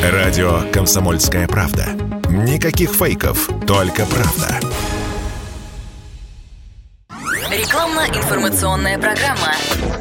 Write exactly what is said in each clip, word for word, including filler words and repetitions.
Радио «Комсомольская правда». Никаких фейков, только правда. Рекламно-информационная программа.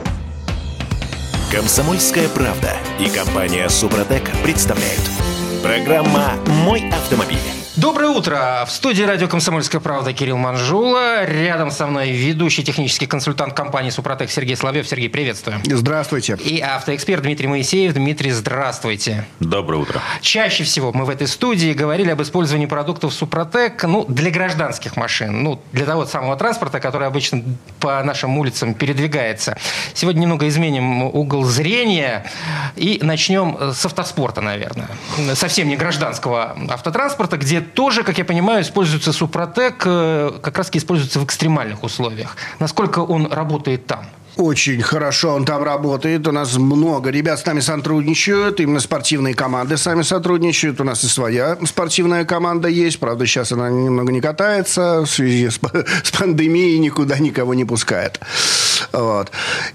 «Комсомольская правда» и компания «Супротек» представляют. Программа «Мой автомобиль». Доброе утро! В студии радио «Комсомольская правда» Кирилл Манжула. Рядом со мной ведущий технический консультант компании «Супротек» Сергей Соловьев. Сергей, приветствую. Здравствуйте. И автоэксперт Дмитрий Моисеев. Дмитрий, здравствуйте. Доброе утро. Чаще всего мы в этой студии говорили об использовании продуктов «Супротек» ну, для гражданских машин, ну, для того самого транспорта, который обычно по нашим улицам передвигается. Сегодня немного изменим угол зрения и начнем с автоспорта, наверное. Совсем не гражданского автотранспорта, где тоже, как я понимаю, используется Супротек, как раз-таки используется в экстремальных условиях. Насколько он работает там? Очень хорошо он там работает. У нас много ребят с нами сотрудничают. Именно спортивные команды с нами сотрудничают. У нас и своя спортивная команда есть. Правда, сейчас она немного не катается. В связи с, с пандемией никуда никого не пускает. Вот.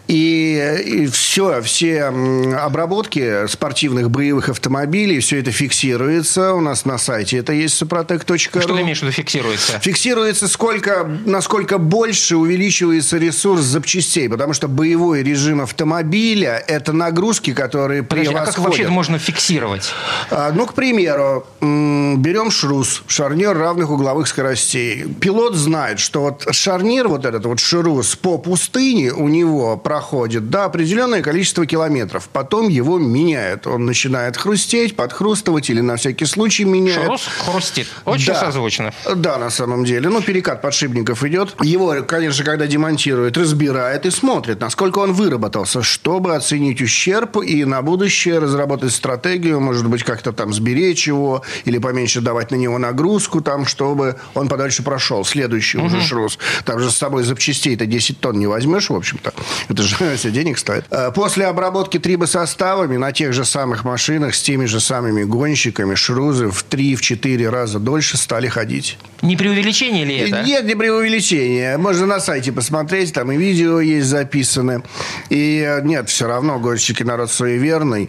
И, и все, все обработки спортивных боевых автомобилей, все это фиксируется. У нас на сайте это есть супротек точка ру. Что ты имеешь в виду фиксируется? Фиксируется, сколько, насколько больше увеличивается ресурс запчастей. Потому что боевой режим автомобиля – это нагрузки, которые Подожди, превосходят. а как вообще это можно фиксировать? А, ну, к примеру, берем шрус, шарнир равных угловых скоростей. Пилот знает, что вот шарнир, вот этот вот шрус по пустыне у него проходит до определенное количество километров. Потом его меняет. Он начинает хрустеть, подхрустывать или на всякий случай меняет. Шрус хрустит. Очень да. созвучно. Да, на самом деле. Ну, перекат подшипников идет. Его, конечно, когда демонтирует, разбирает и смотрит, насколько он выработался, чтобы оценить ущерб и на будущее разработать стратегию, может быть, как-то там сберечь его или поменьше давать на него нагрузку, там, чтобы он подальше прошел. Следующий угу. уже шрус. Там же с собой запчастей-то десять тонн не возьмешь, в общем-то. Это же все денег стоит. После обработки трибосоставами на тех же самых машинах с теми же самыми гонщиками шрузы в три-четыре раза дольше стали ходить. Не преувеличение ли это? Нет, не преувеличение. Можно на сайте посмотреть, там и видео есть записаны. И нет, все равно гонщики народ суеверный.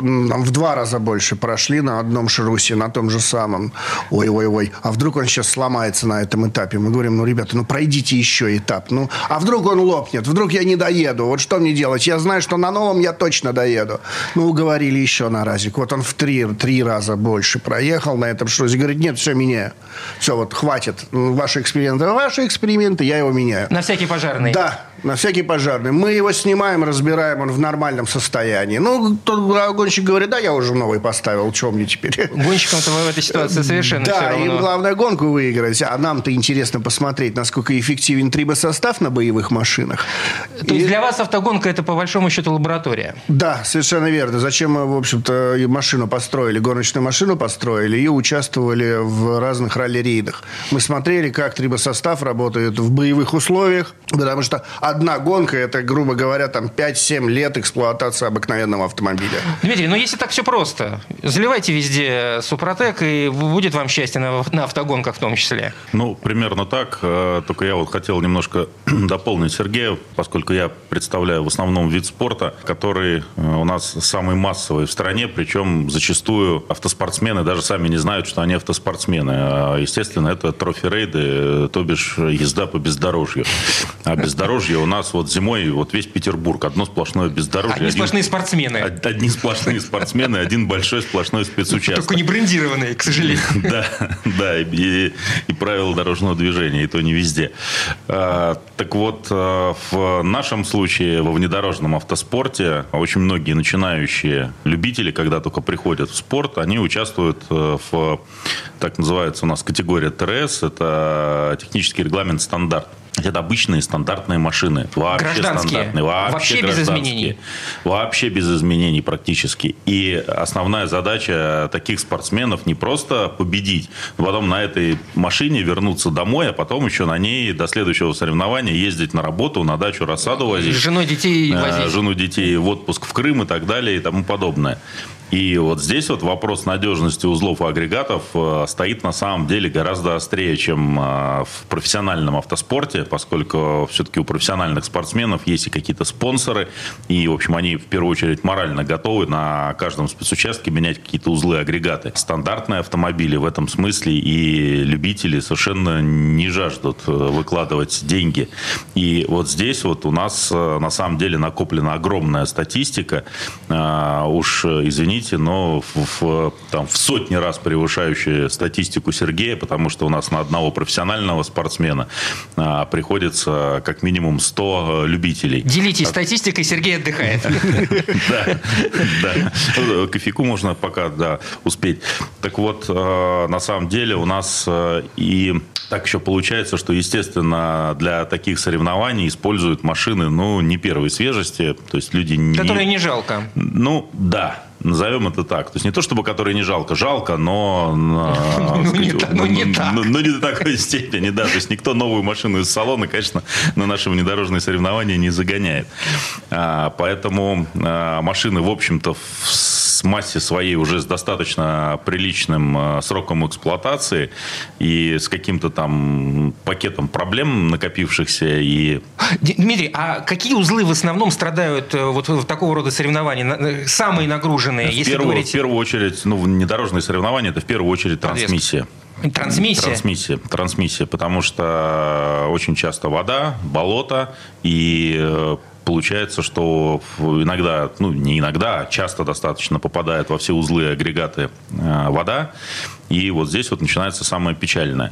В два раза больше прошли на одном шрусе, на том же самом. Ой-ой-ой. А вдруг он сейчас сломается на этом этапе? Мы говорим, ну, ребята, ну, пройдите еще этап. Ну, а вдруг он лопнет? Вдруг я не доеду? Вот что мне делать? Я знаю, что на новом я точно доеду. Ну, уговорили еще на разик. Вот он в три, три раза больше проехал на этом шрусе. Говорит, нет, все, меняю. Все, вот, хватит. Ваши эксперименты. Ваши эксперименты, я его меняю. На всякий пожарный? Да. На всякий пожарный. Мы его снимаем, разбираем, он в нормальном состоянии. Ну, тот гонщик говорит, да, я уже новый поставил, что мне теперь? Гонщикам-то в этой ситуации совершенно да, все равно. им главное гонку выиграть, а нам-то интересно посмотреть, насколько эффективен трибосостав на боевых машинах. То И... есть для вас автогонка – это, по большому счету, лаборатория? Да, совершенно верно. Зачем мы, в общем-то, машину построили, гоночную машину построили и участвовали в разных ралли-рейдах. Мы смотрели, как трибосостав работает в боевых условиях, потому что одна гонка – это, грубо говоря, там пять-семь лет эксплуатации обыкновенного автомобиля. Дмитрий, ну если так все просто, заливайте везде Супротек, и будет вам счастье на, на автогонках в том числе. Ну, примерно так. Только я вот хотел немножко дополнить Сергея, поскольку я представляю в основном вид спорта, который у нас самый массовый в стране, причем зачастую автоспортсмены даже сами не знают, что они автоспортсмены. Естественно, это трофи-рейды, то бишь езда по бездорожью. А бездорожье у нас вот зимой вот весь Петербург, одно сплошное бездорожье. Одни один, сплошные спортсмены. Одни сплошные спортсмены, один большой сплошной спецучасток. Только не брендированные, к сожалению. Да, да, и, и правила дорожного движения, и то не везде. А, так вот, в нашем случае, во внедорожном автоспорте, очень многие начинающие любители, когда только приходят в спорт, они участвуют в, так называется у нас категория ТРС, это технический регламент стандарт. Это обычные стандартные машины. Вообще гражданские. Стандартные. Вообще, вообще без изменений. Вообще без изменений практически. И основная задача таких спортсменов не просто победить, но потом на этой машине вернуться домой, а потом еще на ней до следующего соревнования ездить на работу, на дачу рассаду возить. Жену детей возить. Жену детей в отпуск в Крым и так далее и тому подобное. И вот здесь вот вопрос надежности узлов и агрегатов стоит на самом деле гораздо острее, чем в профессиональном автоспорте, поскольку все-таки у профессиональных спортсменов есть и какие-то спонсоры, и, в общем, они в первую очередь морально готовы на каждом спецучастке менять какие-то узлы и агрегаты. Стандартные автомобили в этом смысле и любители совершенно не жаждут выкладывать деньги. И вот здесь вот у нас на самом деле накоплена огромная статистика, уж извините, но в, в, там, в сотни раз превышающая статистику Сергея, потому что у нас на одного профессионального спортсмена а, приходится как минимум сто любителей. Делитесь статистикой, Сергей отдыхает. Да, да. Кофейку можно пока, да, успеть. Так вот, на самом деле у нас и так еще получается, что, естественно, для таких соревнований используют машины, ну, не первой свежести, то есть люди не... Которые не жалко. Ну, да. Назовем это так. То есть не то, чтобы которые не жалко, жалко, но... Ну, не так. Ну, не до такой степени, да. То есть никто новую машину из салона, конечно, на наши внедорожные соревнования не загоняет. Поэтому машины, в общем-то, в массе своей уже с достаточно приличным сроком эксплуатации и с каким-то там пакетом проблем накопившихся. И... Дмитрий, а какие узлы в основном страдают вот в такого рода соревнований? Самые нагруженные? В, если первую, говорить... в первую очередь, ну, внедорожные соревнования, это в первую очередь трансмиссия. Трансмиссия? Трансмиссия, трансмиссия, потому что очень часто вода, болото, и получается, что иногда, ну, не иногда, а часто достаточно попадает во все узлы и агрегаты вода, и вот здесь вот начинается самое печальное.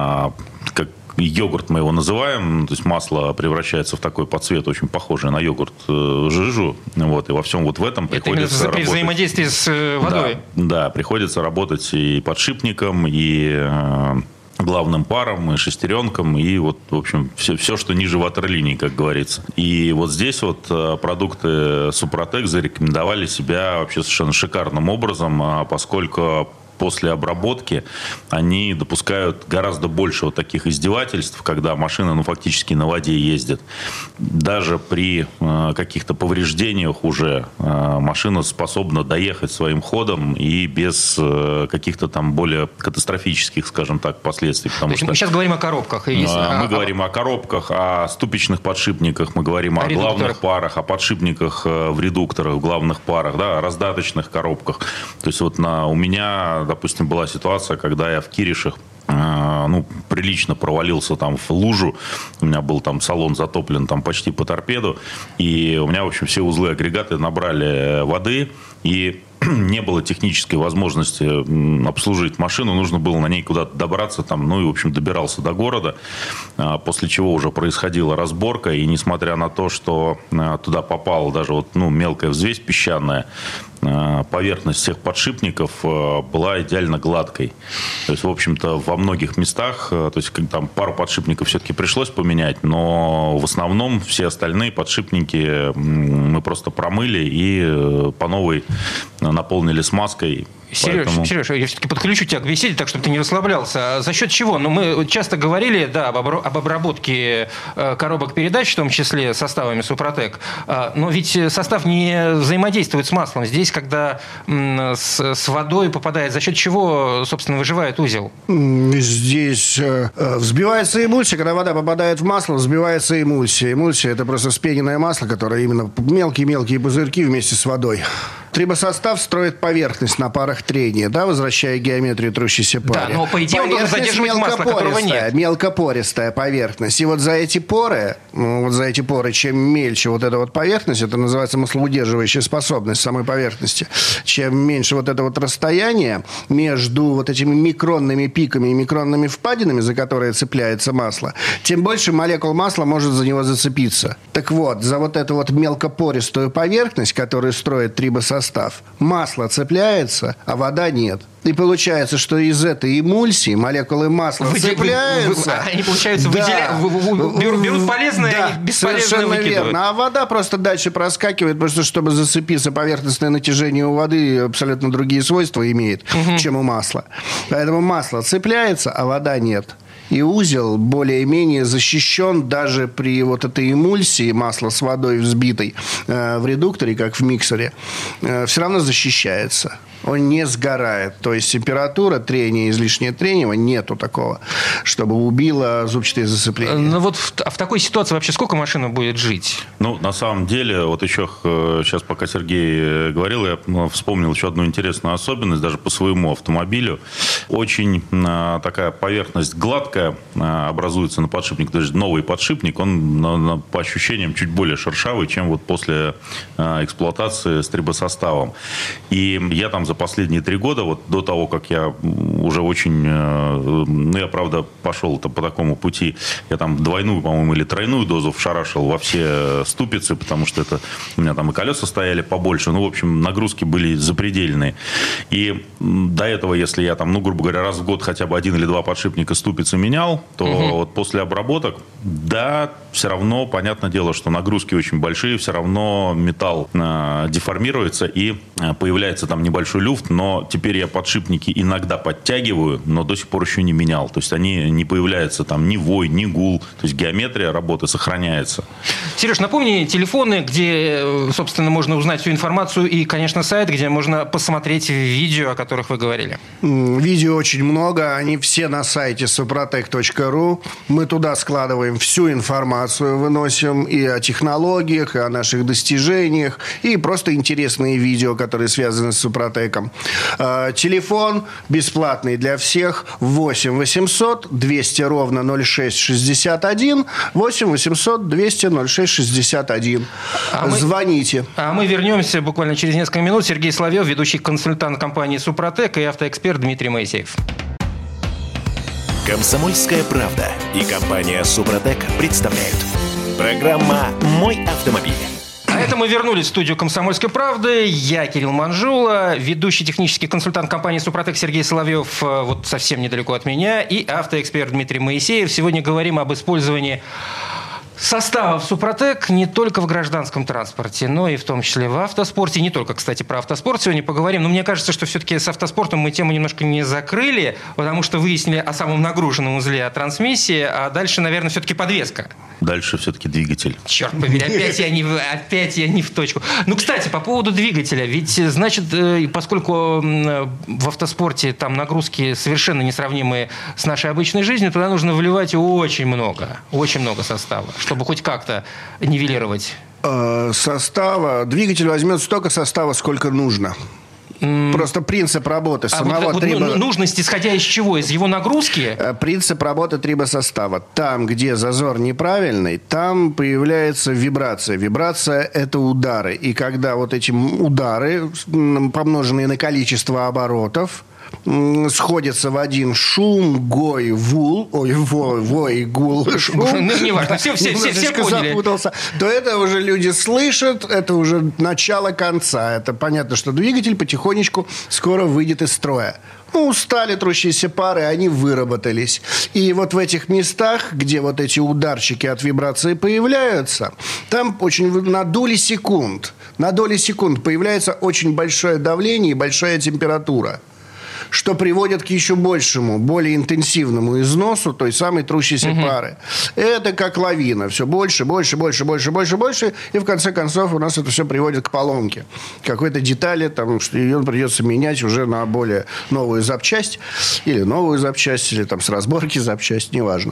Как йогурт мы его называем, то есть масло превращается в такой по цвету очень похожий на йогурт жижу, вот, и во всем вот в этом приходится это работать. При взаимодействии с водой. Да, да, приходится работать и подшипником, и э, главным паром, и шестеренком, и вот, в общем, все, все, что ниже ватерлинии, как говорится. И вот здесь вот продукты Супротек зарекомендовали себя вообще совершенно шикарным образом, поскольку после обработки они допускают гораздо больше вот таких издевательств, когда машина, ну, фактически на воде ездит. Даже при э, каких-то повреждениях уже э, машина способна доехать своим ходом и без э, каких-то там более катастрофических, скажем так, последствий. Потому что мы сейчас говорим о коробках. Если... Мы а, говорим о коробках, о ступичных подшипниках, мы говорим о, о главных парах, о подшипниках в редукторах, в главных парах, да, о раздаточных коробках. То есть вот на, у меня, допустим, была ситуация, когда я в Киришах ну, прилично провалился там в лужу. У меня был там салон затоплен там почти по торпеду. И у меня, в общем, все узлы агрегаты набрали воды. И не было технической возможности обслужить машину. Нужно было на ней куда-то добраться. Там, ну и, в общем, добирался до города. После чего уже происходила разборка. И несмотря на то, что туда попала даже вот, ну, мелкая взвесь песчаная, поверхность всех подшипников была идеально гладкой. То есть, в общем-то, во многих местах, то есть, там пару подшипников все-таки пришлось поменять, но в основном все остальные подшипники мы просто промыли и по новой наполнили смазкой. Сереж, Поэтому... Сереж, я все-таки подключу тебя к беседе, так, чтобы ты не расслаблялся. За счет чего? Ну, мы часто говорили, да, об, об обработке коробок передач, в том числе составами Супротек. Но ведь состав не взаимодействует с маслом. Здесь, когда с, с водой попадает, за счет чего, собственно, выживает узел? Здесь э, взбивается эмульсия. Когда вода попадает в масло, взбивается эмульсия. Эмульсия – это просто вспененное масло, которое именно мелкие-мелкие пузырьки вместе с водой. Трибосостав строит поверхность на парах трения, да, возвращая геометрию трущейся паре. Да, но по идее он должен задерживать масло, которого нет. Мелкопористая поверхность. И вот за эти поры, вот за эти поры, чем мельче вот эта вот поверхность, это называется маслоудерживающая способность самой поверхности, чем меньше вот это вот расстояние между вот этими микронными пиками и микронными впадинами, за которые цепляется масло, тем больше молекул масла может за него зацепиться. Так вот, за вот эту вот мелкопористую поверхность, которую строит трибосостав, масло цепляется, а вода нет. И получается, что из этой эмульсии молекулы масла Выдел... цепляются. Вы... Они, получается, да. выделя... берут, берут полезное да, и бесполезное выкидывают. Верно. А вода просто дальше проскакивает, потому что, чтобы зацепиться, поверхностное натяжение у воды абсолютно другие свойства имеет, угу. чем у масла. Поэтому масло цепляется, а вода нет. И узел более-менее защищен даже при вот этой эмульсии масла с водой взбитой э, в редукторе, как в миксере, э, все равно защищается. Он не сгорает. То есть температура, трение, излишнее трение, нету такого, чтобы убило зубчатые засыпления. Ну вот в, а в такой ситуации вообще сколько машина будет жить? Ну, на самом деле, вот еще сейчас, пока Сергей говорил, я вспомнил еще одну интересную особенность, даже по своему автомобилю. Очень а, такая поверхность гладкая а, образуется на подшипник. То есть новый подшипник, он на, на, по ощущениям чуть более шершавый, чем вот после а, эксплуатации с трибосоставом. И я там за последние три года, вот до того, как я уже очень... Ну, я, правда, пошел по такому пути. Я там двойную, по-моему, или тройную дозу вшарашил во все ступицы, потому что это у меня там и колеса стояли побольше. Ну, в общем, нагрузки были запредельные. И до этого, если я там, ну, грубо говоря, раз в год хотя бы один или два подшипника ступицы менял, то угу. вот после обработок, да, все равно, понятное дело, что нагрузки очень большие, все равно металл э, деформируется и э, появляется там небольшой люфт, но теперь я подшипники иногда подтягиваю, но до сих пор еще не менял. То есть они не появляются там ни вой, ни гул. То есть геометрия работы сохраняется. Сереж, напомни телефоны, где, собственно, можно узнать всю информацию, и, конечно, сайт, где можно посмотреть видео, о которых вы говорили. Видео очень много, они все на сайте супротек точка ру. Мы туда складываем всю информацию, выносим и о технологиях, и о наших достижениях, и просто интересные видео, которые связаны с Супротеком. Телефон бесплатный для всех. восемь восемьсот двести ровно ноль шесть шестьдесят один. восемь восемьсот двести ноль шесть шестьдесят один. А Звоните. Мы, а мы вернемся буквально через несколько минут. Сергей Соловьев, ведущий консультант компании «Супротек», и автоэксперт Дмитрий Моисеев. «Комсомольская правда» и компания «Супротек» представляют. Программа «Мой автомобиль». А это мы вернулись в студию «Комсомольской правды». Я Кирилл Манжула, ведущий технический консультант компании «Супротек» Сергей Соловьев, вот совсем недалеко от меня, и автоэксперт Дмитрий Моисеев. Сегодня говорим об использовании составов «Супротек» не только в гражданском транспорте, но и в том числе в автоспорте. Не только, кстати, про автоспорт сегодня поговорим. Но мне кажется, что все-таки с автоспортом мы тему немножко не закрыли, потому что выяснили о самом нагруженном узле, о трансмиссии, а дальше, наверное, все-таки подвеска. Дальше все-таки двигатель. Черт побери, опять я, не, опять я не в точку. Ну, кстати, по поводу двигателя. Ведь, значит, поскольку в автоспорте там нагрузки совершенно несравнимые с нашей обычной жизнью, туда нужно вливать очень много, очень много состава, чтобы хоть как-то нивелировать. Состава. Двигатель возьмет столько состава, сколько нужно. Просто принцип работы самого а вот, трибо... вот, нужность, исходя из чего? Из его нагрузки? Принцип работы трибосостава. Там, где зазор неправильный, там появляется вибрация. Вибрация – это удары. И когда вот эти удары, помноженные на количество оборотов, сходятся в один шум, гой, вул, ой, вой, вой, гул, шум. Ну, неважно, все, все, все, все поняли. Запутался. То это уже люди слышат, это уже начало конца. Это понятно, что двигатель потихонечку скоро выйдет из строя. Ну, устали трущиеся пары, они выработались. И вот в этих местах, где вот эти ударчики от вибрации появляются, там очень на доли секунд, на доли секунд появляется очень большое давление и большая температура, что приводит к еще большему, более интенсивному износу той самой трущейся угу. пары. Это как лавина. Все больше, больше, больше, больше, больше, больше. И в конце концов у нас это все приводит к поломке. Какой-то детали, там, что ее придется менять уже на более новую запчасть. Или новую запчасть, или там с разборки запчасть, неважно.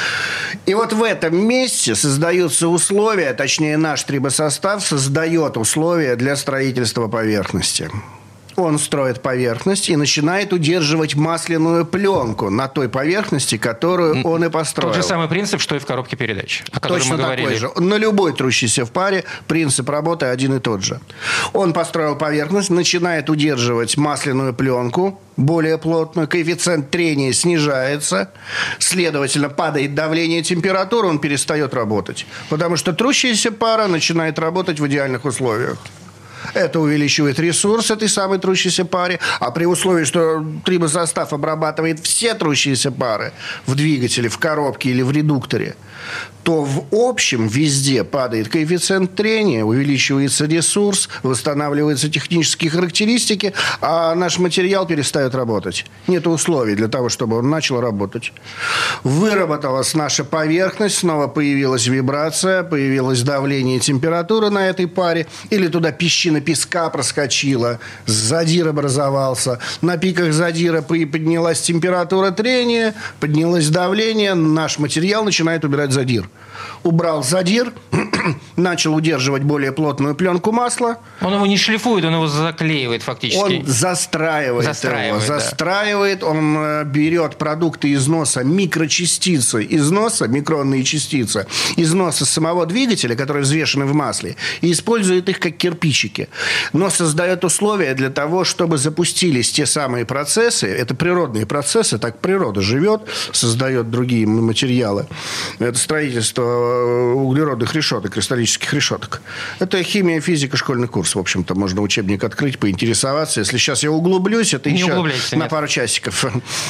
И вот в этом месте создаются условия, точнее наш трибосостав создает условия для строительства поверхности. Он строит поверхность и начинает удерживать масляную пленку на той поверхности, которую он и построил. Тот же самый принцип, что и в коробке передач, о котором Точно мы говорили. такой же. На любой трущейся в паре принцип работы один и тот же. Он построил поверхность, начинает удерживать масляную пленку, более плотную, коэффициент трения снижается, следовательно, падает давление, температура, он перестает работать. Потому что трущаяся пара начинает работать в идеальных условиях. Это увеличивает ресурс этой самой трущейся паре. А при условии, что трибосостав обрабатывает все трущиеся пары в двигателе, в коробке или в редукторе, то в общем везде падает коэффициент трения, увеличивается ресурс, восстанавливаются технические характеристики, а наш материал перестает работать. Нет условий для того, чтобы он начал работать. Выработалась наша поверхность, снова появилась вибрация, появилось давление и температура на этой паре, или туда песчина песка проскочила, задир образовался, на пиках задира поднялась температура трения, поднялось давление, наш материал начинает убирать задир. Убрал задир, начал удерживать более плотную пленку масла. Он его не шлифует, он его заклеивает фактически. Он застраивает, застраивает его. Да. Застраивает. Он берет продукты износа, микрочастицы износа, микронные частицы, износа самого двигателя, которые взвешены в масле, и использует их как кирпичики. Но создает условия для того, чтобы запустились те самые процессы. Это природные процессы, так природа живет, создает другие материалы. Это строительство углеродных решеток, кристаллических решеток. Это химия, физика, школьный курс. В общем-то, можно учебник открыть, поинтересоваться. Если сейчас я углублюсь, это не еще на нет. пару часиков.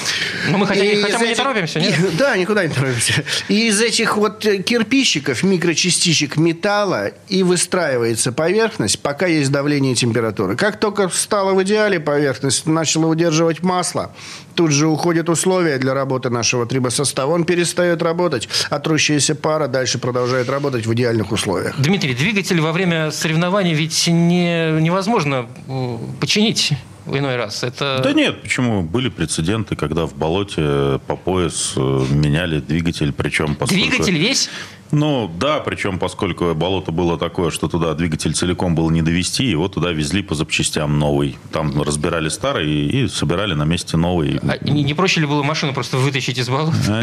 Ну, мы хотя, И хотя мы этих... не торопимся, нет? И, да, никуда не торопимся. И из этих вот кирпичиков, микрочастичек металла и выстраивается поверхность, пока есть давление и температура. Как только стала в идеале поверхность, начала удерживать масло, тут же уходят условия для работы нашего трибосостава. Он перестает работать, а трущаяся пара дальше продолжает работать в идеальных условиях. Дмитрий, двигатель во время соревнований ведь не, невозможно починить иной раз. Это... Да нет, почему? Были прецеденты, когда в болоте по пояс меняли двигатель, причем... Поскольку... Двигатель весь? Ну, да, причем поскольку болото было такое, что туда двигатель целиком было не довести, его туда везли по запчастям новый. Там разбирали старый и собирали на месте новый. А не, не проще ли было машину просто вытащить из болота? А,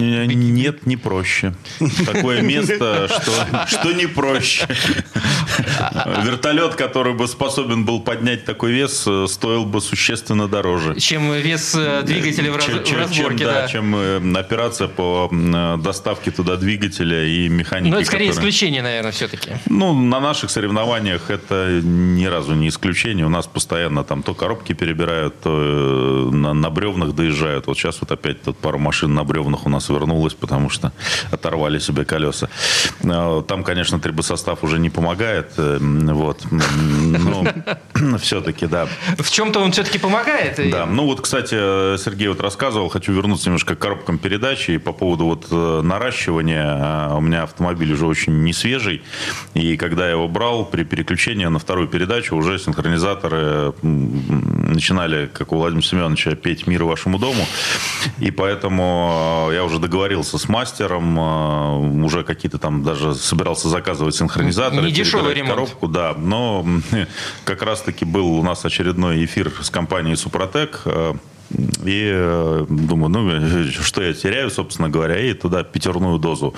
нет, не проще. Такое место, что, что не проще. Вертолет, который бы способен был поднять такой вес, стоил бы существенно дороже. Чем вес двигателя в, раз, чем, в разборке. Чем, да, да. чем операция по доставке туда двигателя и механики. Но это скорее которые... исключение, наверное, все-таки. Ну, на наших соревнованиях это ни разу не исключение. У нас постоянно там то коробки перебирают, то на, на бревнах доезжают. Вот сейчас вот опять тут пару машин на бревнах у нас вернулось, потому что оторвали себе колеса. Там, конечно, трибосостав уже не помогает. Вот. Но все-таки, да. В чем-то он все-таки помогает. Да. Ну, вот, кстати, Сергей вот рассказывал, хочу вернуться немножко к коробкам передач и по поводу вот наращивания. У меня автомобиль уже очень не свежий, и когда я его брал, при переключении на вторую передачу уже синхронизаторы начинали, как у Владимира Семеновича, петь «Мир вашему дому», и поэтому я уже договорился с мастером, уже какие-то там даже собирался заказывать синхронизаторы, не дешевый ремонт. Коробку, да, но как раз-таки был у нас очередной эфир с компанией «Супротек», и думаю, ну, что я теряю, собственно говоря, и туда пятерную дозу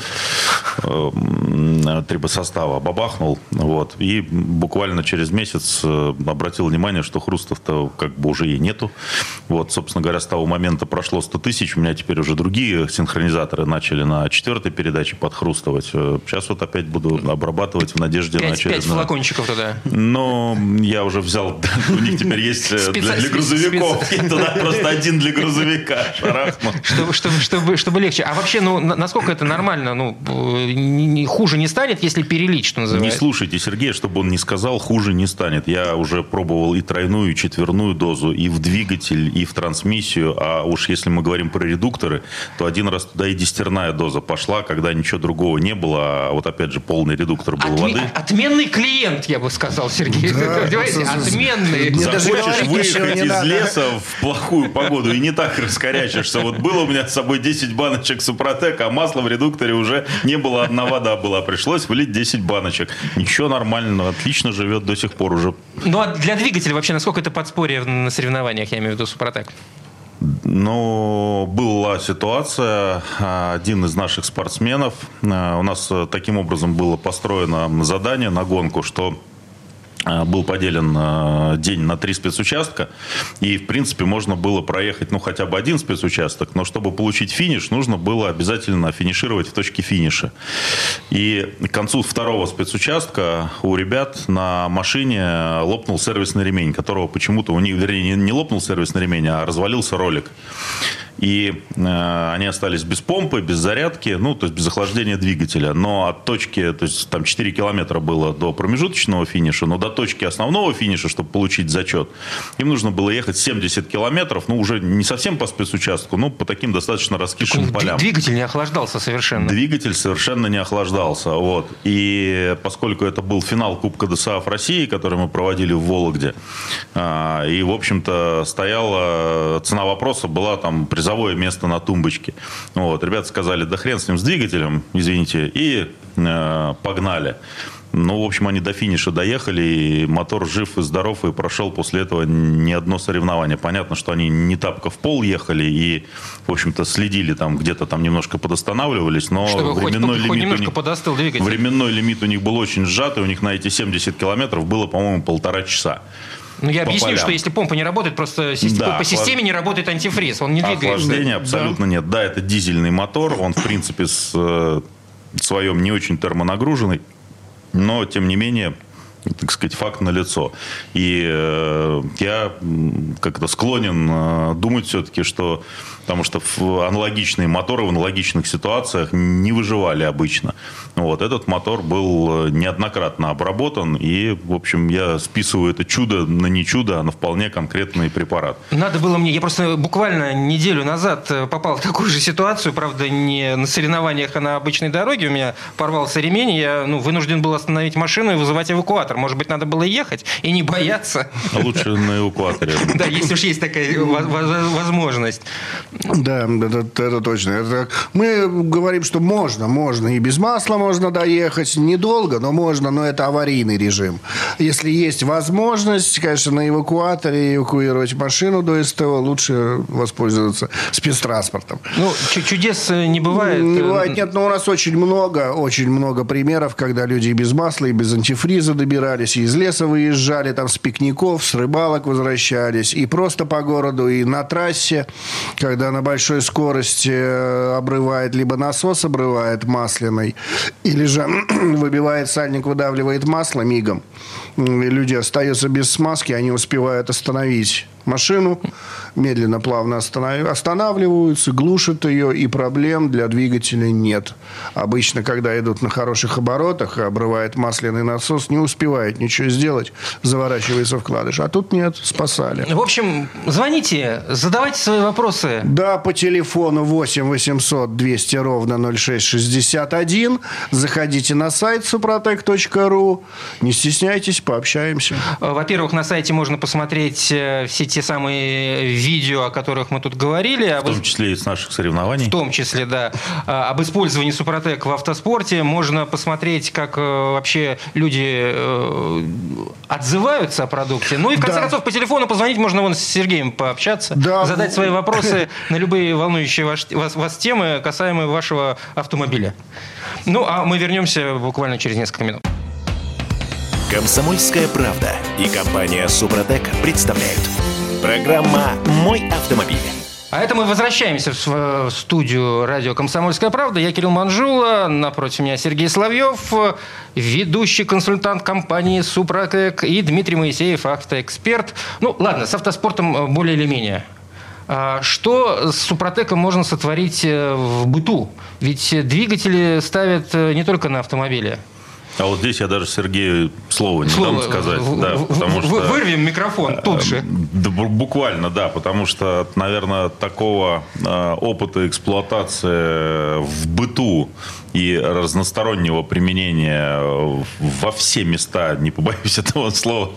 трибосостава бабахнул. Вот, и буквально через месяц обратил внимание, что хрустов-то как бы уже и нету. Вот, собственно говоря, с того момента прошло сто тысяч, у меня теперь уже другие синхронизаторы начали на четвертой передаче подхрустывать. Сейчас вот опять буду обрабатывать в надежде пять, на очередную. Пять флакончиков туда. Но я уже взял, у них теперь есть для, для грузовиков, и туда просто один для грузовика шарахнул. Чтобы, чтобы, чтобы, чтобы легче. А вообще, ну, насколько это нормально? Ну, не, не, хуже не станет, если перелить, что называется? Не слушайте Сергея, чтобы он не сказал, хуже не станет. Я уже пробовал и тройную, и четверную дозу, и в двигатель, и в трансмиссию. А уж если мы говорим про редукторы, то один раз туда и десятерная доза пошла, когда ничего другого не было. А вот опять же полный редуктор был Отме- воды. Отменный клиент, я бы сказал, Сергей. Да, понимаете? Отменный. Захочешь выехать из леса в плохую погоду и не так раскорячишься. Вот было у меня с собой десять баночек Супротек, а масла в редукторе уже не было, одна вода была. Пришлось влить десять баночек. Ничего, нормально, отлично живет до сих пор уже. Ну, а для двигателя вообще насколько это подспорье на соревнованиях, я имею в виду Супротек? Ну, была ситуация, один из наших спортсменов, у нас таким образом было построено задание на гонку, что был поделен день на три спецучастка, и, в принципе, можно было проехать, ну, хотя бы один спецучасток, но чтобы получить финиш, нужно было обязательно финишировать в точке финиша. И к концу второго спецучастка у ребят на машине лопнул сервисный ремень, которого почему-то у них, вернее, не лопнул сервисный ремень, а развалился ролик. и э, они остались без помпы, без зарядки, ну, то есть без охлаждения двигателя. Но от точки, то есть там четыре километра было до промежуточного финиша, но до точки основного финиша, чтобы получить зачет, им нужно было ехать семьдесят километров, ну, уже не совсем по спецучастку, но по таким достаточно раскисшим полям. Двигатель не охлаждался совершенно. Двигатель совершенно не охлаждался. Вот. И поскольку это был финал Кубка ДОСААФ России, который мы проводили в Вологде, и, в общем-то, стояла, цена вопроса была там призовое место на тумбочке. Вот. Ребята сказали, да хрен с ним, с двигателем, извините, и э, погнали. Ну, в общем, они до финиша доехали, и мотор жив и здоров, и прошел после этого ни одно соревнование. Понятно, что они не тапка в пол ехали и, в общем-то, следили там, где-то там немножко подостанавливались, но Чтобы временной, хоть, лимит хоть у немножко них, подостыл двигатель. временной лимит у них был очень сжатый, у них на эти семьдесят километров было, по-моему, полтора часа. Ну, я объясню, полям. что если помпа не работает, просто система, Да, по системе охлаж... не работает антифриз, он не двигается. Охлаждения абсолютно да. нет. Да, это дизельный мотор, он, в принципе, с э, своем не очень термонагруженный. Но, тем не менее, так сказать, факт налицо. И э, я как-то склонен э, думать все-таки, что... Потому что аналогичные моторы в аналогичных ситуациях не выживали обычно. Вот. Этот мотор был неоднократно обработан. И, в общем, я списываю это чудо на не чудо, а на вполне конкретный препарат. Надо было мне... Я просто буквально неделю назад попал в такую же ситуацию. Правда, не на соревнованиях, а на обычной дороге. У меня порвался ремень. Я ну, вынужден был остановить машину и вызывать эвакуатор. Может быть, надо было ехать и не бояться. А лучше на эвакуаторе. Да, если уж есть такая возможность. Да, это, это точно. Это, мы говорим, что можно, можно. И без масла можно доехать. Недолго, но можно. Но это аварийный режим. Если есть возможность, конечно, на эвакуаторе эвакуировать машину до СТО, лучше воспользоваться спецтранспортом. Ну, чудес не бывает. Не бывает, нет. Но у нас очень много, очень много примеров, когда люди и без масла, и без антифриза добирались, и из леса выезжали, там, с пикников, с рыбалок возвращались. И просто по городу, и на трассе, когда на большой скорости обрывает, либо насос обрывает масляный, или же выбивает сальник, выдавливает масло мигом. И люди остаются без смазки, они успевают остановить машину, медленно, плавно останавливаются, глушат ее, и проблем для двигателя нет. Обычно, когда идут на хороших оборотах, обрывает масляный насос, не успевает ничего сделать, заворачивается вкладыш. А тут нет, спасали. В общем, звоните, задавайте свои вопросы. Да, по телефону восемь восемьсот двести ровно ноль шесть шестьдесят один. Заходите на сайт супротек точка ру. Не стесняйтесь, пообщаемся. Во-первых, на сайте можно посмотреть все те самые видео, о которых мы тут говорили. В том числе и с наших соревнований. В том числе, да. Об использовании Супротек в автоспорте. Можно посмотреть, как вообще люди отзываются о продукте. Ну и, в конце да. концов, по телефону позвонить можно вон с Сергеем пообщаться, да. задать свои вопросы на любые волнующие вас, вас, вас темы, касаемые вашего автомобиля. Ну, а мы вернемся буквально через несколько минут. «Комсомольская правда» и компания «Супротек» представляют. Программа «Мой автомобиль». А это мы возвращаемся в студию радио «Комсомольская правда». Я Кирилл Манжула, напротив меня Сергей Соловьев, ведущий консультант компании «Супротек», и Дмитрий Моисеев, автоэксперт. Ну, ладно, с автоспортом более или менее. Что с Супротеком можно сотворить в быту? Ведь двигатели ставят не только на автомобиле. А вот здесь я даже Сергею слова не Слово, дам сказать. В, да, в, потому в, что, вырвем микрофон тут же. Да, буквально, да, потому что, наверное, такого э, опыта эксплуатации в быту и разностороннего применения во все места, не побоюсь этого слова,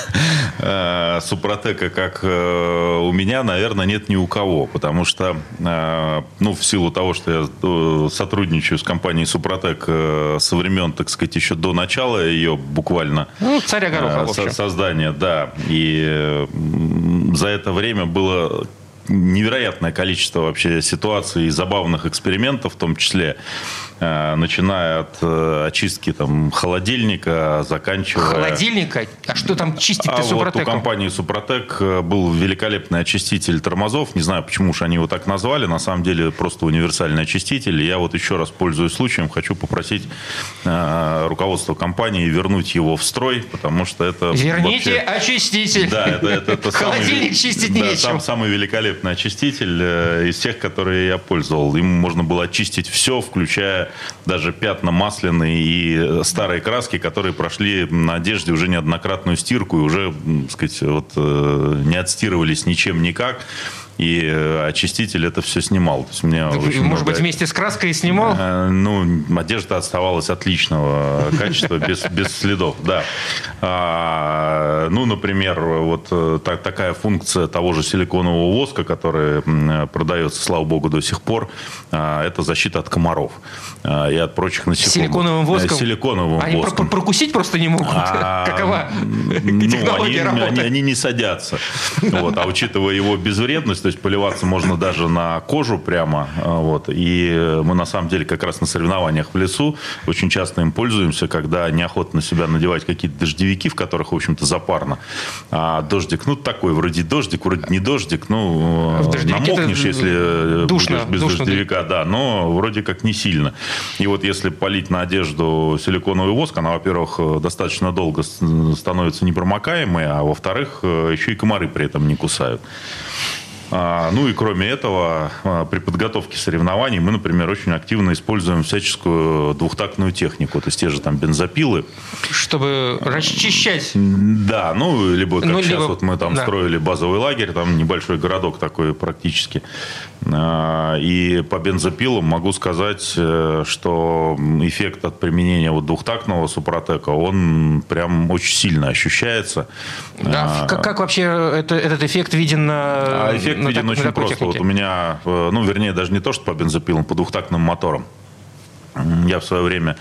э, Супротека, как э, у меня, наверное, нет ни у кого. Потому что, э, ну, в силу того, что я э, сотрудничаю с компанией Супротек э, со времен, так сказать, еще до начала ее буквально ну, царя Гороха, в общем. создания, да. И э, за это время было невероятное количество вообще ситуаций и забавных экспериментов, в том числе, э, начиная от э, очистки там, холодильника, заканчивая... Холодильника? А что там чистить-то а Супротеком? Вот у компании Супротек был великолепный очиститель тормозов. Не знаю, почему же они его так назвали. На самом деле, просто универсальный очиститель. И я вот еще раз, пользуясь случаем, хочу попросить э, руководство компании вернуть его в строй, потому что это... Верните вообще... очиститель. Да, это, это, это Холодильник самый, чистить да, нечем. сам, самый великолепный великолепный очиститель из тех, которые я пользовал. Им можно было очистить все, включая даже пятна масляные и старые краски, которые прошли на одежде уже неоднократную стирку и уже, так сказать, вот, не отстирывались ничем никак. И очиститель это все снимал. То есть мне Может много... быть, вместе с краской и снимал? Э, ну, одежда оставалась отличного качества, без, без следов, да. А, ну, например, вот так, такая функция того же силиконового воска, который продается, слава богу, до сих пор, это защита от комаров и от прочих насекомых. Силиконовым воском? Силиконовым они воском. Прокусить просто не могут? А, Какова ну, технология они, работы? Они, они не садятся. Вот. А учитывая его безвредность, то есть поливаться можно даже на кожу прямо. Вот. И мы на самом деле как раз на соревнованиях в лесу очень часто им пользуемся, когда неохота на себя надевать какие-то дождевики, в которых, в общем-то, запарно. А дождик, ну, такой, вроде дождик, вроде не дождик, ну, намокнешь, если душно, будешь без душно, дождевика, да, но вроде как не сильно. И вот если полить на одежду силиконовый воск, она, во-первых, достаточно долго становится непромокаемой, а во-вторых, еще и комары при этом не кусают. Ну и кроме этого, при подготовке соревнований мы, например, очень активно используем всяческую двухтактную технику. То есть те же там бензопилы. Чтобы расчищать. Да, ну либо как ну, сейчас либо... вот мы там да. строили базовый лагерь, там небольшой городок такой практически. И по бензопилам могу сказать, что эффект от применения вот двухтактного Супротека, он прям очень сильно ощущается. Да, как, как вообще это, этот эффект виден на... А эффект на виден так, очень просто. Технике? Вот у меня, ну, вернее, даже не то, что по бензопилам, по двухтактным моторам. Я в свое время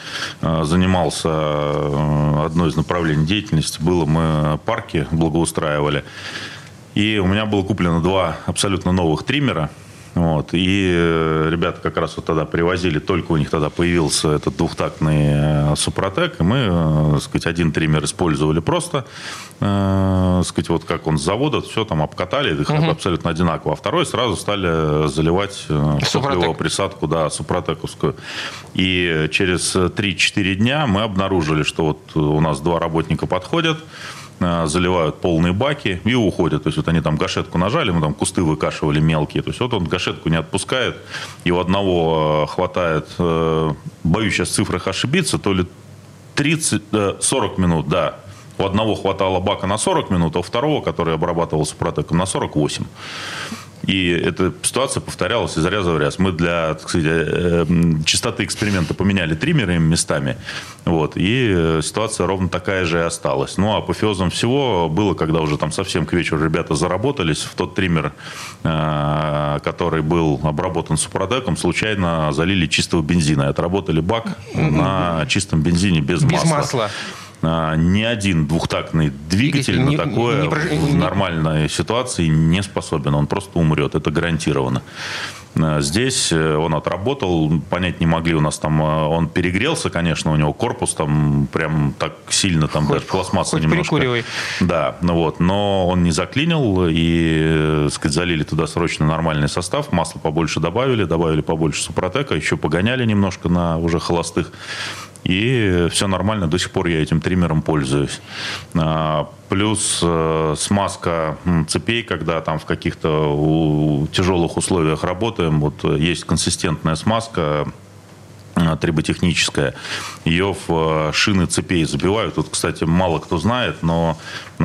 занимался, одно из направлений деятельности было, мы парки благоустраивали. И у меня было куплено два абсолютно новых триммера. Вот. И ребята как раз вот тогда привозили, только у них тогда появился этот двухтактный Супротек, и мы, так сказать, один триммер использовали просто, так сказать, вот как он с завода, все там обкатали, их угу. абсолютно одинаково, а второй сразу стали заливать топливо, присадку, да, супротековскую. И через три-четыре дня мы обнаружили, что вот у нас два работника подходят, заливают полные баки и уходят. То есть вот они там гашетку нажали, мы там кусты выкашивали мелкие. То есть вот он гашетку не отпускает, и у одного хватает, боюсь сейчас в цифрах ошибиться, то ли тридцать-сорок минут, да. У одного хватало бака на сорок минут, а у второго, который обрабатывал Супротеком, на сорок восемь. И эта ситуация повторялась из раза в раз. Мы для, так сказать, чистоты эксперимента поменяли триммеры местами. Вот, и ситуация ровно такая же и осталась. Ну, а апофеозом всего было, когда уже там совсем к вечеру ребята заработались. В тот триммер, который был обработан Супротеком, случайно залили чистого бензина. И отработали бак на чистом бензине без, без масла. масла. Ни один двухтактный двигатель не, на такое не, не, в нормальной ситуации не способен. Он просто умрет. Это гарантированно. Здесь он отработал, понять не могли, у нас там, он перегрелся, конечно, у него корпус там прям так сильно, там хоть, даже пластмасса немножко. Перекуривай. Да, ну вот, но он не заклинил, и, так сказать, залили туда срочно нормальный состав, масло побольше добавили, добавили побольше Супротека, еще погоняли немножко на уже холостых. И все нормально, до сих пор я этим триммером пользуюсь. Плюс смазка цепей, когда там в каких-то тяжелых условиях работаем, вот есть консистентная смазка триботехническая, ее в шины цепей забивают. Тут, кстати, мало кто знает, но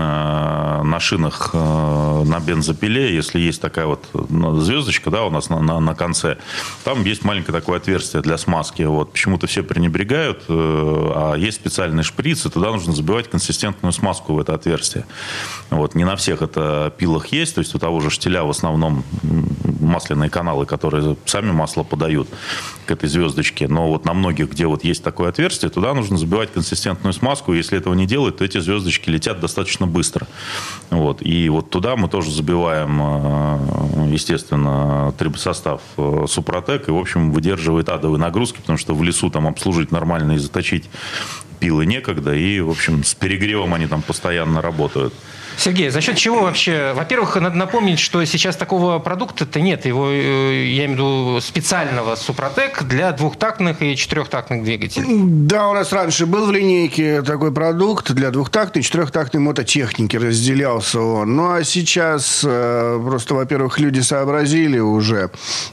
на шинах на бензопиле, если есть такая вот звездочка, да, у нас на, на, на конце, там есть маленькое такое отверстие для смазки. Вот. Почему-то все пренебрегают, а есть специальный шприц, и туда нужно забивать консистентную смазку в это отверстие. Вот. Не на всех это пилах есть, то есть у того же штиля в основном масляные каналы, которые сами масло подают к этой звездочке. Но вот на многих, где вот есть такое отверстие, туда нужно забивать консистентную смазку. Если этого не делать, то эти звездочки летят достаточно быстро. Вот. И вот туда мы тоже забиваем, естественно, состав Супротек. И, в общем, выдерживает адовые нагрузки, потому что в лесу там обслужить нормально и заточить пилы некогда, и, в общем, с перегревом они там постоянно работают. Сергей, за счет чего вообще? Во-первых, надо напомнить, что сейчас такого продукта-то нет. Его, я имею в виду, специального Супротек для двухтактных и четырехтактных двигателей. Да, у нас раньше был в линейке такой продукт для двухтактной и четырехтактной мототехники. Разделялся он. Ну, а сейчас просто, во-первых, люди сообразили уже,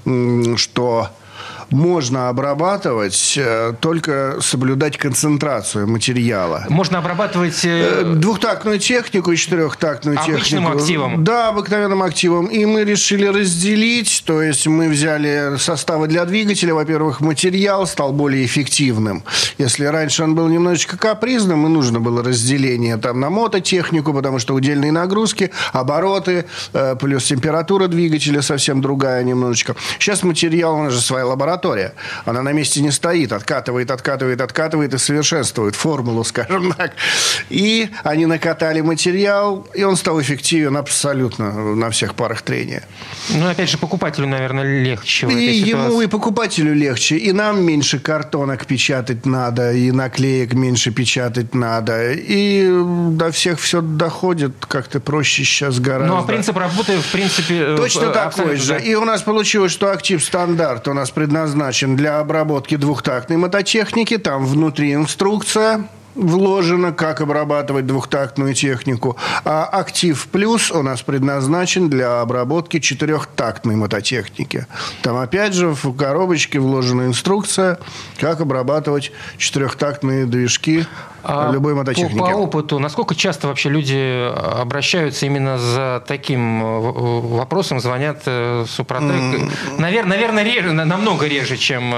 что... можно обрабатывать, только соблюдать концентрацию материала. Можно обрабатывать... Двухтактную технику и четырехтактную обычным технику. Обычным активом? Да, обыкновенным активом. И мы решили разделить, то есть мы взяли составы для двигателя. Во-первых, материал стал более эффективным. Если раньше он был немножечко капризным, и нужно было разделение там на мототехнику, потому что удельные нагрузки, обороты, плюс температура двигателя совсем другая немножечко. Сейчас материал, у нас же своя лаборатория, она на месте не стоит, откатывает, откатывает, откатывает и совершенствует формулу, скажем так. И они накатали материал, и он стал эффективен абсолютно на всех парах трения. Ну, опять же, покупателю, наверное, легче в этой И ситуации. ему, и покупателю легче, и нам меньше картонок печатать надо, и наклеек меньше печатать надо, и до всех все доходит как-то проще сейчас гораздо. Ну, а принцип работы, в принципе... Точно такой же. Да. И у нас получилось, что актив стандарт у нас предназначен для обработки двухтактной мототехники. Там внутри инструкция вложено, как обрабатывать двухтактную технику. А актив плюс у нас предназначен для обработки четырехтактной мототехники. Там опять же в коробочке вложена инструкция, как обрабатывать четырехтактные движки а любой мототехники. По, по опыту, насколько часто вообще люди обращаются именно за таким вопросом, звонят в Супротек? Mm. Навер, наверное, реже, намного реже, чем...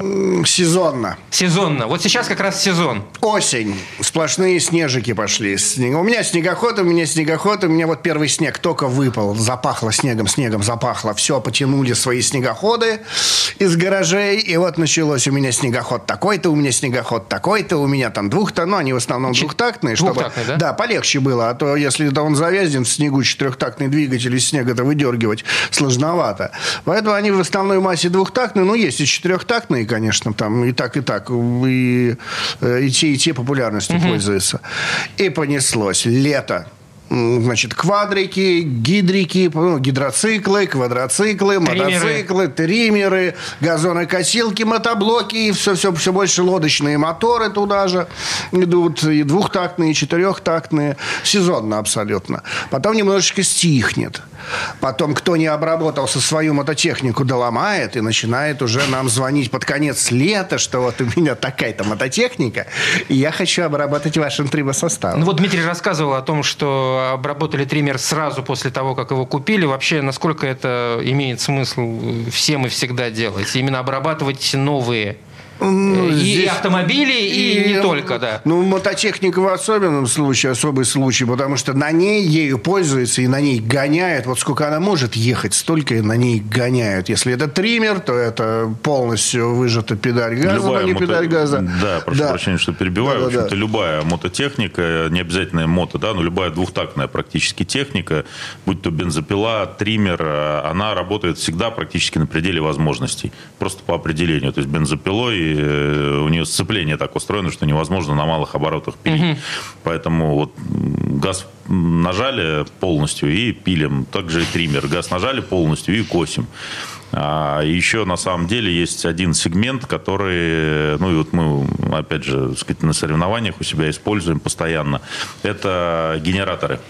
Сезонно. Сезонно. Вот сейчас как раз сезон. Осень. Сплошные снежики пошли. У меня снегоход, у меня снегоход, у меня вот первый снег только выпал. Запахло снегом, снегом запахло. Все, потянули свои снегоходы из гаражей. И вот началось у меня снегоход такой-то, у меня снегоход такой-то, у меня там двухтонный. Они в основном двухтактные, чтобы двухтактные, да? Да, полегче было. А то, если он завязан в снегу, четырехтактный двигатель из снега это выдергивать сложновато. Поэтому они в основной массе двухтактные. Ну, есть и четырехтактные, конечно, там и так, и так. И, и те, и те популярностью угу. пользуются. И понеслось. Лето. Значит, квадрики, гидрики, ну, гидроциклы, квадроциклы, триммеры. мотоциклы, триммеры, газонокосилки, мотоблоки, и все, все, все больше лодочные моторы туда же идут, и двухтактные, и четырехтактные, сезонно абсолютно. Потом немножечко стихнет. Потом, кто не обработался, свою мототехнику доломает и начинает уже нам звонить под конец лета, что вот у меня такая-то мототехника, и я хочу обработать вашим трибосоставом. Ну вот Дмитрий рассказывал о том, что обработали триммер сразу после того, как его купили. Вообще, насколько это имеет смысл всем и всегда делать? Именно обрабатывать новые Ну, и здесь... автомобили, и, и не только, да. Ну, мототехника в особенном случае, особый случай, потому что на ней ею пользуются и на ней гоняют. Вот сколько она может ехать, столько и на ней гоняют. Если это триммер, то это полностью выжата педаль газа, любая а не мото... педаль газа. Да, прошу да. прощения, что перебиваю. Да, в общем-то, да. любая мототехника, не обязательно мото, да, но любая двухтактная практически техника, будь то бензопила, триммер, она работает всегда практически на пределе возможностей. Просто по определению. То есть бензопилой у нее сцепление так устроено, что невозможно на малых оборотах пилить. Угу. Поэтому вот газ нажали полностью и пилим. Также и триммер. Газ нажали полностью и косим. А еще на самом деле есть один сегмент, который, ну и вот мы, опять же, так сказать, на соревнованиях у себя используем постоянно. Это генераторы.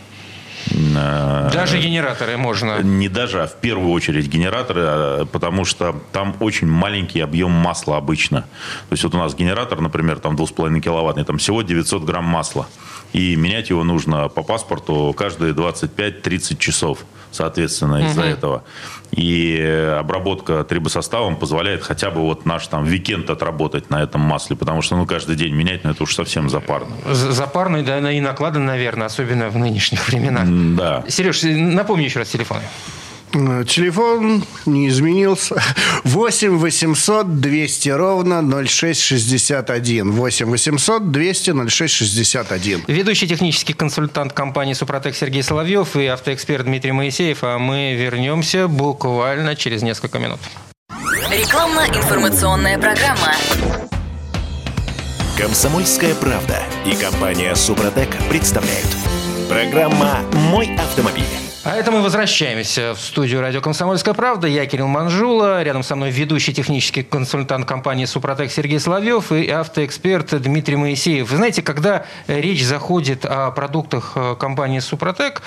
Даже генераторы можно? Не даже, а в первую очередь генераторы, потому что там очень маленький объем масла обычно. То есть вот у нас генератор, например, там два с половиной киловаттный, там всего девятьсот грамм масла. И менять его нужно по паспорту каждые двадцать пять - тридцать часов, соответственно, из-за угу. этого. И обработка трибосоставом позволяет хотя бы вот наш там уикенд отработать на этом масле, потому что ну каждый день менять, ну это уж совсем запарно. Запарно, да, и накладно, наверное, особенно в нынешних временах. Да. Сереж, напомни еще раз телефон. Телефон не изменился. восемь восемьсот двести ровно ноль шесть шестьдесят один. восемь восемьсот двести ноль шесть шестьдесят один. Ведущий технический консультант компании «Супротек» Сергей Соловьев и автоэксперт Дмитрий Моисеев. А мы вернемся буквально через несколько минут. Рекламно-информационная программа. Комсомольская правда и компания «Супротек» представляют. Программа «Мой автомобиль». А это мы возвращаемся в студию радио «Комсомольская правда». Я Кирилл Манжула. Рядом со мной ведущий технический консультант компании «Супротек» Сергей Соловьев и автоэксперт Дмитрий Моисеев. Вы знаете, когда речь заходит о продуктах компании «Супротек»,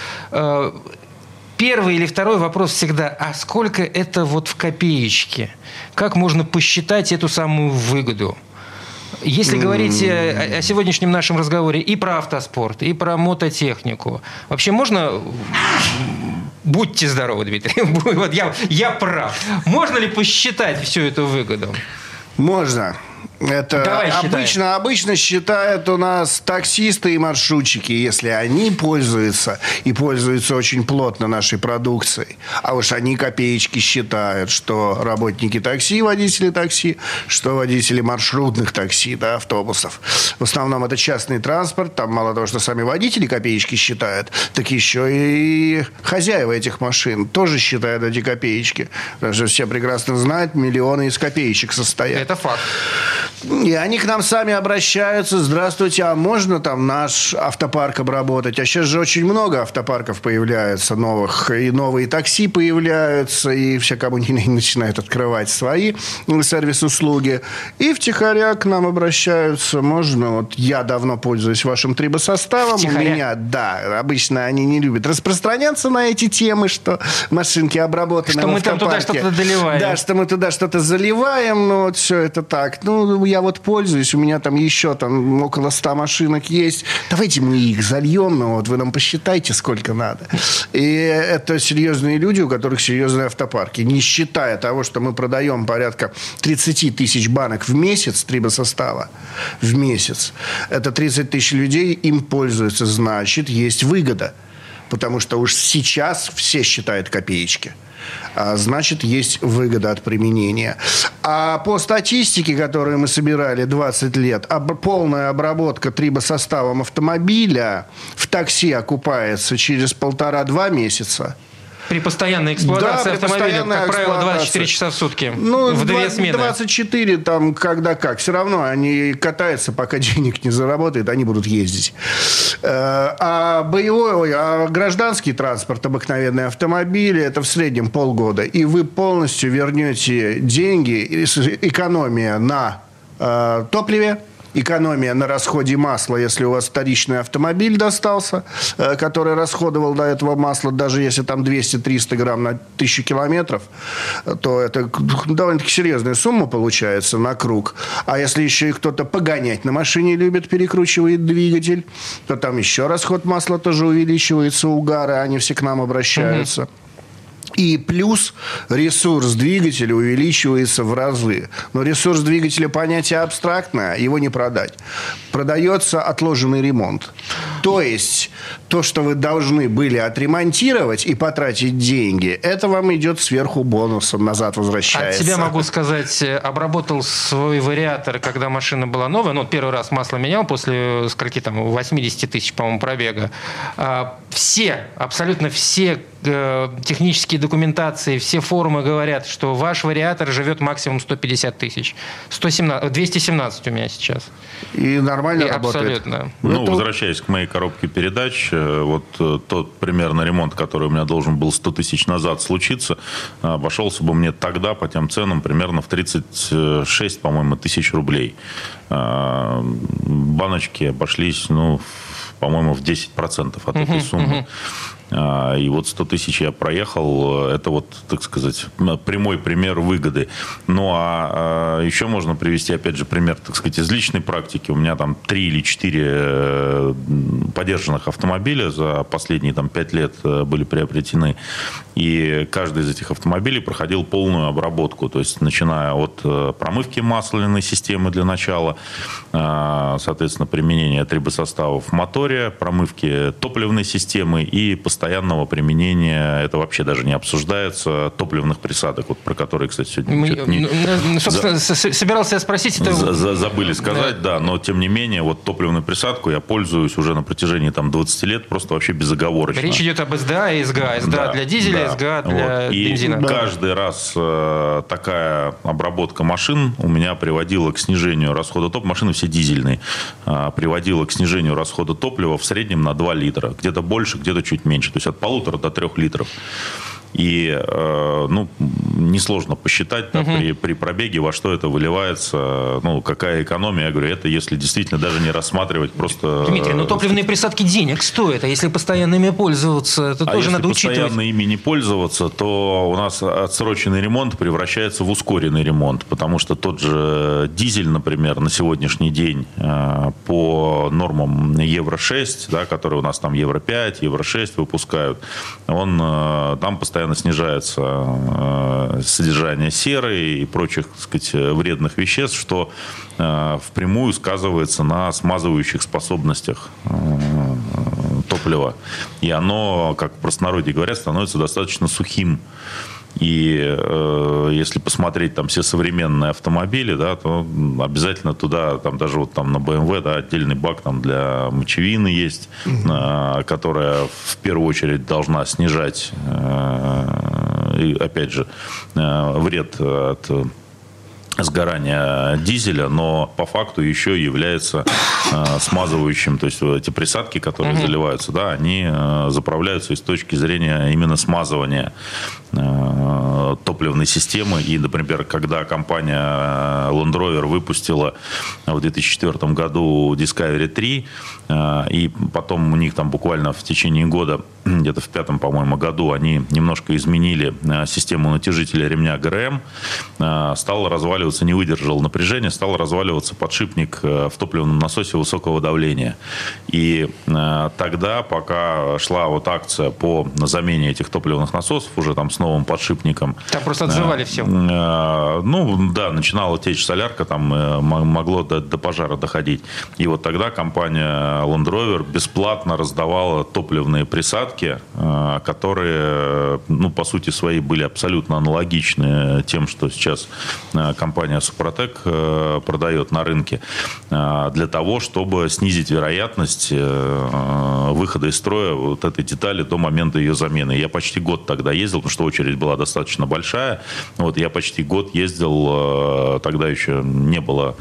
первый или второй вопрос всегда: а сколько это вот в копеечке? Как можно посчитать эту самую выгоду? Если говорить о, о сегодняшнем нашем разговоре и про автоспорт, и про мототехнику, вообще можно... Будьте здоровы, Дмитрий. Вот я, я прав. Можно ли посчитать всю эту выгоду? Можно. Это Давай обычно, обычно считают у нас таксисты и маршрутчики, если они пользуются и пользуются очень плотно нашей продукцией. А уж они копеечки считают, что работники такси, водители такси, что водители маршрутных такси, да, автобусов. В основном это частный транспорт. Там мало того, что сами водители копеечки считают, так еще и хозяева этих машин тоже считают эти копеечки. Потому что все прекрасно знают, миллионы из копеечек состоят. Это факт. И они к нам сами обращаются: здравствуйте, а можно там наш автопарк обработать? А сейчас же очень много автопарков появляется новых, и новые такси появляются, и все, кому не лень, начинают открывать свои сервис-услуги. И втихаря к нам обращаются: можно, вот я давно пользуюсь вашим трибосоставом, у меня, да, обычно они не любят распространяться на эти темы, что машинки обработаны что в мы автопарке. там туда что-то доливаем. Да, что мы туда что-то заливаем, ну вот все это так. Ну, я вот пользуюсь, у меня там еще там около ста машинок есть. Давайте мы их зальем, ну вот вы нам посчитайте, сколько надо. И это серьезные люди, у которых серьезные автопарки. Не считая того, что мы продаем порядка тридцать тысяч банок в месяц трибосостава. В месяц. Это тридцать тысяч людей им пользуются. Значит, есть выгода. Потому что уж сейчас все считают копеечки. А значит, есть выгода от применения. А по статистике, которую мы собирали двадцать лет, об, полная обработка трибосоставом автомобиля в такси окупается через полтора-два месяца. При постоянной эксплуатации да, автомобиля, как правило, двадцать четыре часа в сутки. Ну, в две смены. двадцать четыре, там, когда как. Все равно они катаются, пока денег не заработают, они будут ездить. А боевой, ой, а гражданский транспорт, обыкновенные автомобили, это в среднем полгода. И вы полностью вернете деньги, экономия на э, топливе, экономия на расходе масла, если у вас вторичный автомобиль достался, который расходовал до этого масла, даже если там двести-триста грамм на тысячу километров, то это довольно-таки серьезная сумма получается на круг. А если еще и кто-то погонять на машине любит, перекручивает двигатель, то там еще расход масла тоже увеличивается, угары, они все к нам обращаются. И плюс ресурс двигателя увеличивается в разы. Но ресурс двигателя понятие абстрактное, его не продать. Продается отложенный ремонт. То есть то, что вы должны были отремонтировать и потратить деньги, это вам идет сверху бонусом, назад возвращается. От себя могу сказать, обработал свой вариатор, когда машина была новая. Ну, первый раз масло менял после скольки там, восемьдесят тысяч, по-моему, пробега. Все, абсолютно все технические документации, все форумы говорят, что ваш вариатор живет максимум сто пятьдесят тысяч. сто семнадцать, двести семнадцать у меня сейчас. И нормально и работает. Абсолютно. Ну, Это... возвращаясь к моей коробке передач, вот тот примерно ремонт, который у меня должен был сто тысяч назад случиться, обошелся бы мне тогда по тем ценам примерно в тридцать шесть, по-моему, тысяч рублей. Баночки обошлись, ну, по-моему, в десять процентов от этой суммы. И вот сто тысяч я проехал. Это вот, так сказать, прямой пример выгоды. Ну, а еще можно привести, опять же, пример, так сказать, из личной практики. У меня там три или четыре подержанных автомобиля за последние там пять лет были приобретены. И каждый из этих автомобилей проходил полную обработку. То есть, начиная от промывки масляной системы для начала, соответственно, применения трибосоставов в моторе, промывки топливной системы и постоянно постоянного применения, это вообще даже не обсуждается, топливных присадок, вот про которые, кстати, сегодня Мы, не... ну, собственно, за... собирался я спросить. Это... За, за, забыли сказать, да. да, но тем не менее, вот топливную присадку я пользуюсь уже на протяжении там, двадцать лет, просто вообще безоговорочно. Речь идет об СДА и СГА. СДА да, для дизеля, да. СГА для вот. бензина. И каждый раз э, такая обработка машин у меня приводила к снижению расхода топлива. Машины все дизельные. Э, приводила к снижению расхода топлива в среднем на два литра. Где-то больше, где-то чуть меньше. То есть от полутора до трех литров. И э, ну, несложно посчитать да, uh-huh. при, при пробеге, во что это выливается, ну, какая экономия. Я говорю, это если действительно даже не рассматривать просто... Дмитрий, ну топливные присадки денег стоят, а если постоянно ими пользоваться, это а тоже надо учитывать. если постоянно ими не пользоваться, то у нас отсроченный ремонт превращается в ускоренный ремонт, потому что тот же дизель, например, на сегодняшний день э, по нормам евро шесть, да, которые у нас там евро пять, евро шесть выпускают, он э, там постоянно снижается э, содержание серы и прочих, так сказать, вредных веществ, что э, впрямую сказывается на смазывающих способностях э, топлива. И оно, как в простонародье говорят, становится достаточно сухим. И э, если посмотреть там все современные автомобили, да, то обязательно туда, там даже вот там на бэ эм вэ, да, отдельный бак там для мочевины есть, mm-hmm. э, которая в первую очередь должна снижать, э, и, опять же, э, вред от сгорания дизеля, но по факту еще является э, смазывающим, то есть эти присадки, которые mm-hmm. заливаются, да, они э, заправляются и с точки зрения именно смазывания э, топливной системы. И, например, когда компания Land Rover выпустила в две тысячи четвёртом году Discovery три, э, и потом у них там буквально в течение года, где-то в пятом, по-моему, году, они немножко изменили э, систему натяжителя ремня гэ эр эм, э, стал разваливаться, не выдержал напряжения, стал разваливаться подшипник в топливном насосе высокого давления. И э, тогда, пока шла вот акция по замене этих топливных насосов, уже там с новым подшипником... Там просто отзывали э, все. Э, ну, да, начинала течь солярка, там э, могло до, до пожара доходить. И вот тогда компания Land Rover бесплатно раздавала топливные присадки, э, которые, ну, по сути своей были абсолютно аналогичны тем, что сейчас э, компания Компания Супротек продает на рынке для того, чтобы снизить вероятность выхода из строя вот этой детали до момента ее замены. Я почти год тогда ездил, потому что очередь была достаточно большая. Вот я почти год ездил, тогда еще не было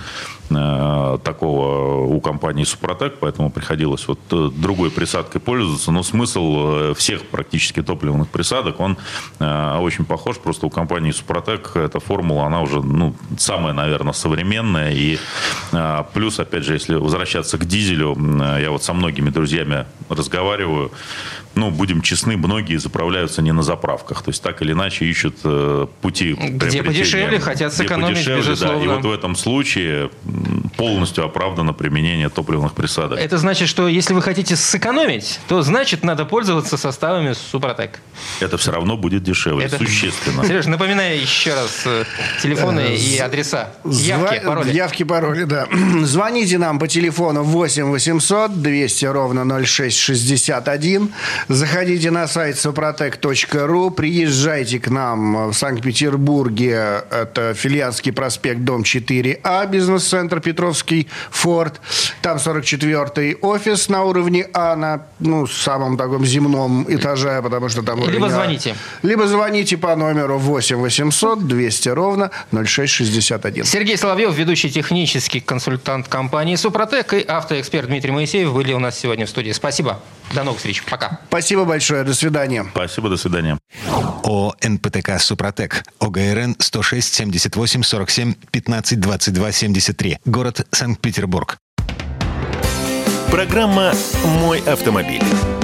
такого у компании Супротек, поэтому приходилось вот другой присадкой пользоваться. Но смысл всех практически топливных присадок, он очень похож. Просто у компании Супротек эта формула, она уже, ну, самая, наверное, современная. И плюс, опять же, если возвращаться к дизелю, я вот со многими друзьями разговариваю, ну, будем честны, многие заправляются не на заправках. То есть так или иначе ищут пути где подешевле, хотят сэкономить, подешевле, безусловно. Да. И вот в этом случае полностью оправдано применение топливных присадок. Это значит, что если вы хотите сэкономить, то значит надо пользоваться составами Супротек. Это все равно будет дешевле, Это... существенно. Сереж, напоминай еще раз телефоны и адреса. Явки, пароли. Явки, пароли, да. Звоните нам по телефону восемь восемьсот двести ровно ноль шесть шестьдесят один. Заходите на сайт супротек точка ру. Приезжайте к нам в Санкт-Петербурге. Это Филианский проспект, дом четыре А, бизнес-центр Петровский Форд. Там сорок четвёртый офис на уровне А, на, ну, самом таком земном этаже, потому что там... Либо уровень... звоните. Либо звоните по номеру восемь восемьсот двести ровно ноль шесть шестьдесят один. Сергей Соловьев, ведущий технический консультант компании «Супротек», и автоэксперт Дмитрий Моисеев были у нас сегодня в студии. Спасибо. До новых встреч. Пока. Спасибо большое. До свидания. Спасибо. До свидания. ООО «эн пэ тэ ка Супротек». О Г Р Н сто шесть семьдесят восемь сорок семь пятнадцать двадцать два семьдесят три. Город Санкт-Петербург. Программа «Мой автомобиль».